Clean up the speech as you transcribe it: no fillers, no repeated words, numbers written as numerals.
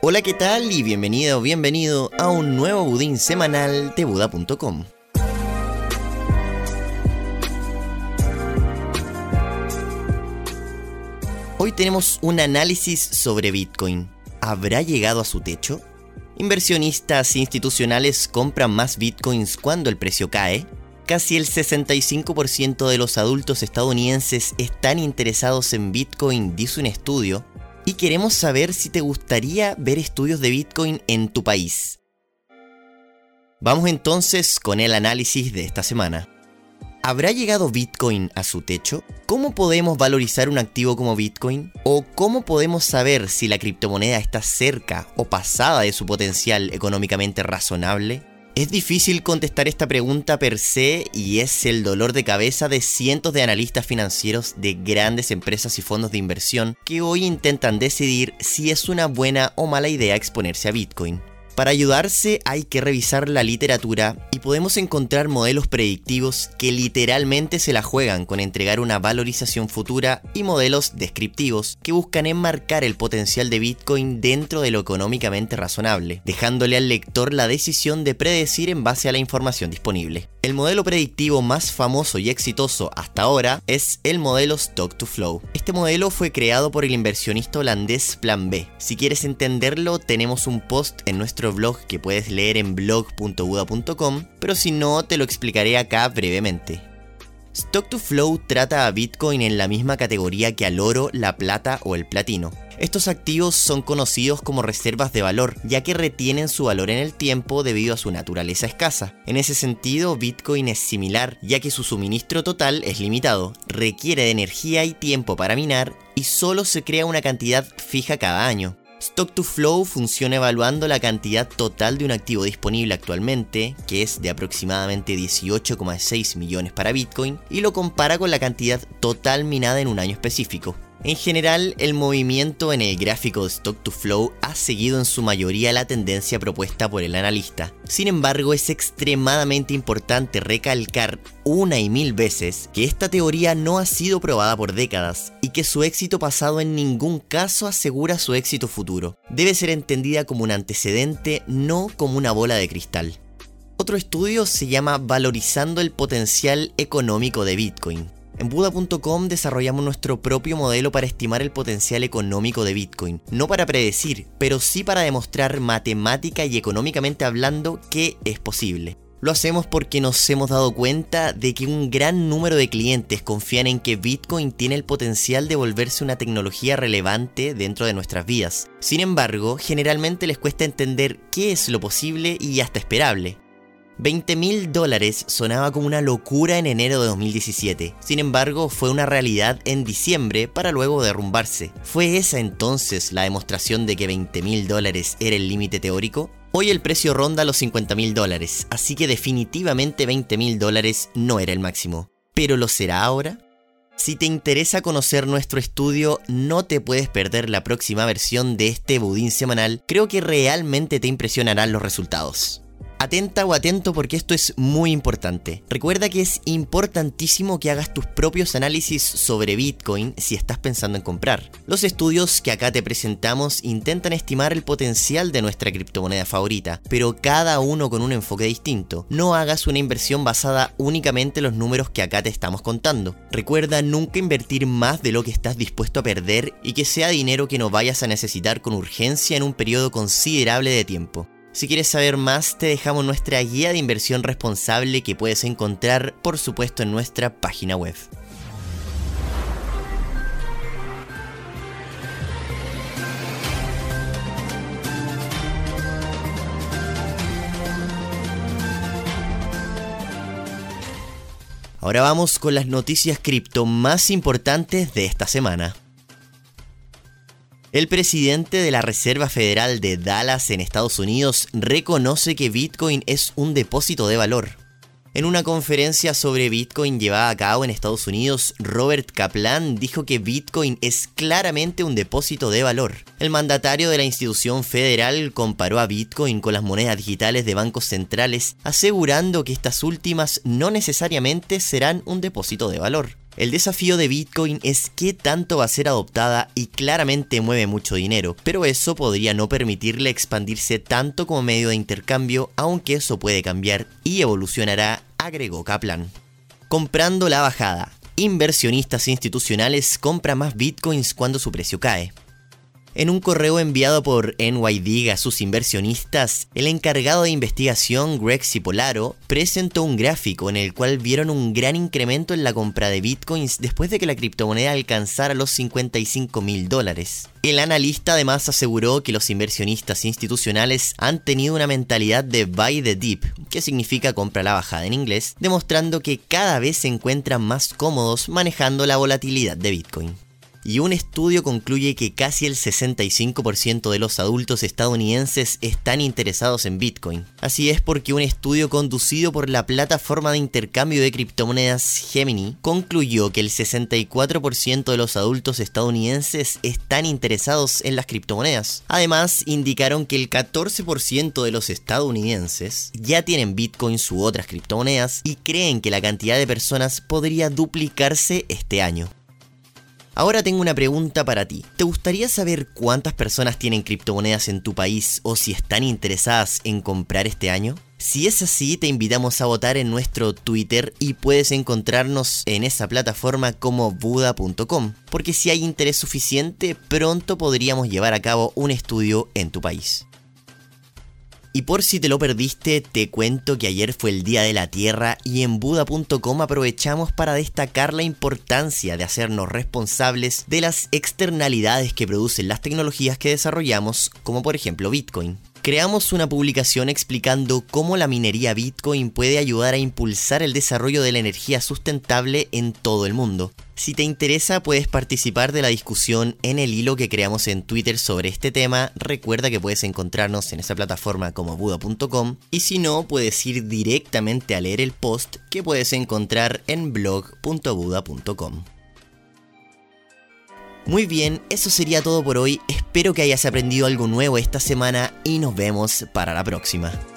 Hola, ¿qué tal? Y bienvenido o bienvenido a un nuevo budín semanal de Buda.com. Hoy tenemos un análisis sobre Bitcoin. ¿Habrá llegado a su techo? ¿Inversionistas institucionales compran más Bitcoins cuando el precio cae? Casi el 65% de los adultos estadounidenses están interesados en Bitcoin, dice un estudio. Y queremos saber si te gustaría ver estudios de Bitcoin en tu país. Vamos entonces con el análisis de esta semana. ¿Habrá llegado Bitcoin a su techo? ¿Cómo podemos valorizar un activo como Bitcoin? ¿O cómo podemos saber si la criptomoneda está cerca o pasada de su potencial económicamente razonable? Es difícil contestar esta pregunta per se y es el dolor de cabeza de cientos de analistas financieros de grandes empresas y fondos de inversión que hoy intentan decidir si es una buena o mala idea exponerse a Bitcoin. Para ayudarse hay que revisar la literatura y podemos encontrar modelos predictivos que literalmente se la juegan con entregar una valorización futura y modelos descriptivos que buscan enmarcar el potencial de Bitcoin dentro de lo económicamente razonable, dejándole al lector la decisión de predecir en base a la información disponible. El modelo predictivo más famoso y exitoso hasta ahora es el modelo Stock to Flow. Este modelo fue creado por el inversionista holandés Plan B. Si quieres entenderlo, tenemos un post en nuestro blog que puedes leer en blog.buda.com, pero si no, te lo explicaré acá brevemente. Stock to Flow trata a Bitcoin en la misma categoría que al oro, la plata o el platino. Estos activos son conocidos como reservas de valor, ya que retienen su valor en el tiempo debido a su naturaleza escasa. En ese sentido, Bitcoin es similar, ya que su suministro total es limitado, requiere de energía y tiempo para minar y solo se crea una cantidad fija cada año. Stock to Flow funciona evaluando la cantidad total de un activo disponible actualmente, que es de aproximadamente 18,6 millones para Bitcoin, y lo compara con la cantidad total minada en un año específico. En general, el movimiento en el gráfico de Stock to Flow ha seguido en su mayoría la tendencia propuesta por el analista. Sin embargo, es extremadamente importante recalcar una y mil veces que esta teoría no ha sido probada por décadas y que su éxito pasado en ningún caso asegura su éxito futuro. Debe ser entendida como un antecedente, no como una bola de cristal. Otro estudio se llama Valorizando el potencial económico de Bitcoin. En Buda.com desarrollamos nuestro propio modelo para estimar el potencial económico de Bitcoin, no para predecir, pero sí para demostrar matemática y económicamente hablando que es posible. Lo hacemos porque nos hemos dado cuenta de que un gran número de clientes confían en que Bitcoin tiene el potencial de volverse una tecnología relevante dentro de nuestras vidas. Sin embargo, generalmente les cuesta entender qué es lo posible y hasta esperable. $20,000 sonaba como una locura en enero de 2017, sin embargo fue una realidad en diciembre para luego derrumbarse. ¿Fue esa entonces la demostración de que $20,000 era el límite teórico? Hoy el precio ronda los $50,000, así que definitivamente $20,000 no era el máximo. ¿Pero lo será ahora? Si te interesa conocer nuestro estudio, no te puedes perder la próxima versión de este budín semanal, creo que realmente te impresionarán los resultados. Atenta o atento porque esto es muy importante. Recuerda que es importantísimo que hagas tus propios análisis sobre Bitcoin si estás pensando en comprar. Los estudios que acá te presentamos intentan estimar el potencial de nuestra criptomoneda favorita, pero cada uno con un enfoque distinto. No hagas una inversión basada únicamente en los números que acá te estamos contando. Recuerda nunca invertir más de lo que estás dispuesto a perder y que sea dinero que no vayas a necesitar con urgencia en un periodo considerable de tiempo. Si quieres saber más, te dejamos nuestra guía de inversión responsable que puedes encontrar, por supuesto, en nuestra página web. Ahora vamos con las noticias cripto más importantes de esta semana. El presidente de la Reserva Federal de Dallas en Estados Unidos reconoce que Bitcoin es un depósito de valor. En una conferencia sobre Bitcoin llevada a cabo en Estados Unidos, Robert Kaplan dijo que Bitcoin es claramente un depósito de valor. El mandatario de la institución federal comparó a Bitcoin con las monedas digitales de bancos centrales, asegurando que estas últimas no necesariamente serán un depósito de valor. El desafío de Bitcoin es qué tanto va a ser adoptada y claramente mueve mucho dinero, pero eso podría no permitirle expandirse tanto como medio de intercambio, aunque eso puede cambiar y evolucionará, agregó Kaplan. Comprando la bajada. Inversionistas institucionales compran más Bitcoins cuando su precio cae. En un correo enviado por NYDIG a sus inversionistas, el encargado de investigación Greg Cipolaro presentó un gráfico en el cual vieron un gran incremento en la compra de bitcoins después de que la criptomoneda alcanzara los $55.000. El analista además aseguró que los inversionistas institucionales han tenido una mentalidad de buy the dip, que significa compra la bajada en inglés, demostrando que cada vez se encuentran más cómodos manejando la volatilidad de Bitcoin. Y un estudio concluye que casi el 65% de los adultos estadounidenses están interesados en Bitcoin. Así es porque un estudio conducido por la plataforma de intercambio de criptomonedas Gemini concluyó que el 64% de los adultos estadounidenses están interesados en las criptomonedas. Además, indicaron que el 14% de los estadounidenses ya tienen Bitcoins u otras criptomonedas y creen que la cantidad de personas podría duplicarse este año. Ahora tengo una pregunta para ti. ¿Te gustaría saber cuántas personas tienen criptomonedas en tu país o si están interesadas en comprar este año? Si es así, te invitamos a votar en nuestro Twitter y puedes encontrarnos en esa plataforma como buda.com, porque si hay interés suficiente, pronto podríamos llevar a cabo un estudio en tu país. Y por si te lo perdiste, te cuento que ayer fue el Día de la Tierra y en Buda.com aprovechamos para destacar la importancia de hacernos responsables de las externalidades que producen las tecnologías que desarrollamos, como por ejemplo Bitcoin. Creamos una publicación explicando cómo la minería Bitcoin puede ayudar a impulsar el desarrollo de la energía sustentable en todo el mundo. Si te interesa, puedes participar de la discusión en el hilo que creamos en Twitter sobre este tema. Recuerda que puedes encontrarnos en esa plataforma como buda.com y si no, puedes ir directamente a leer el post que puedes encontrar en blog.buda.com. Muy bien, eso sería todo por hoy. Espero que hayas aprendido algo nuevo esta semana y nos vemos para la próxima.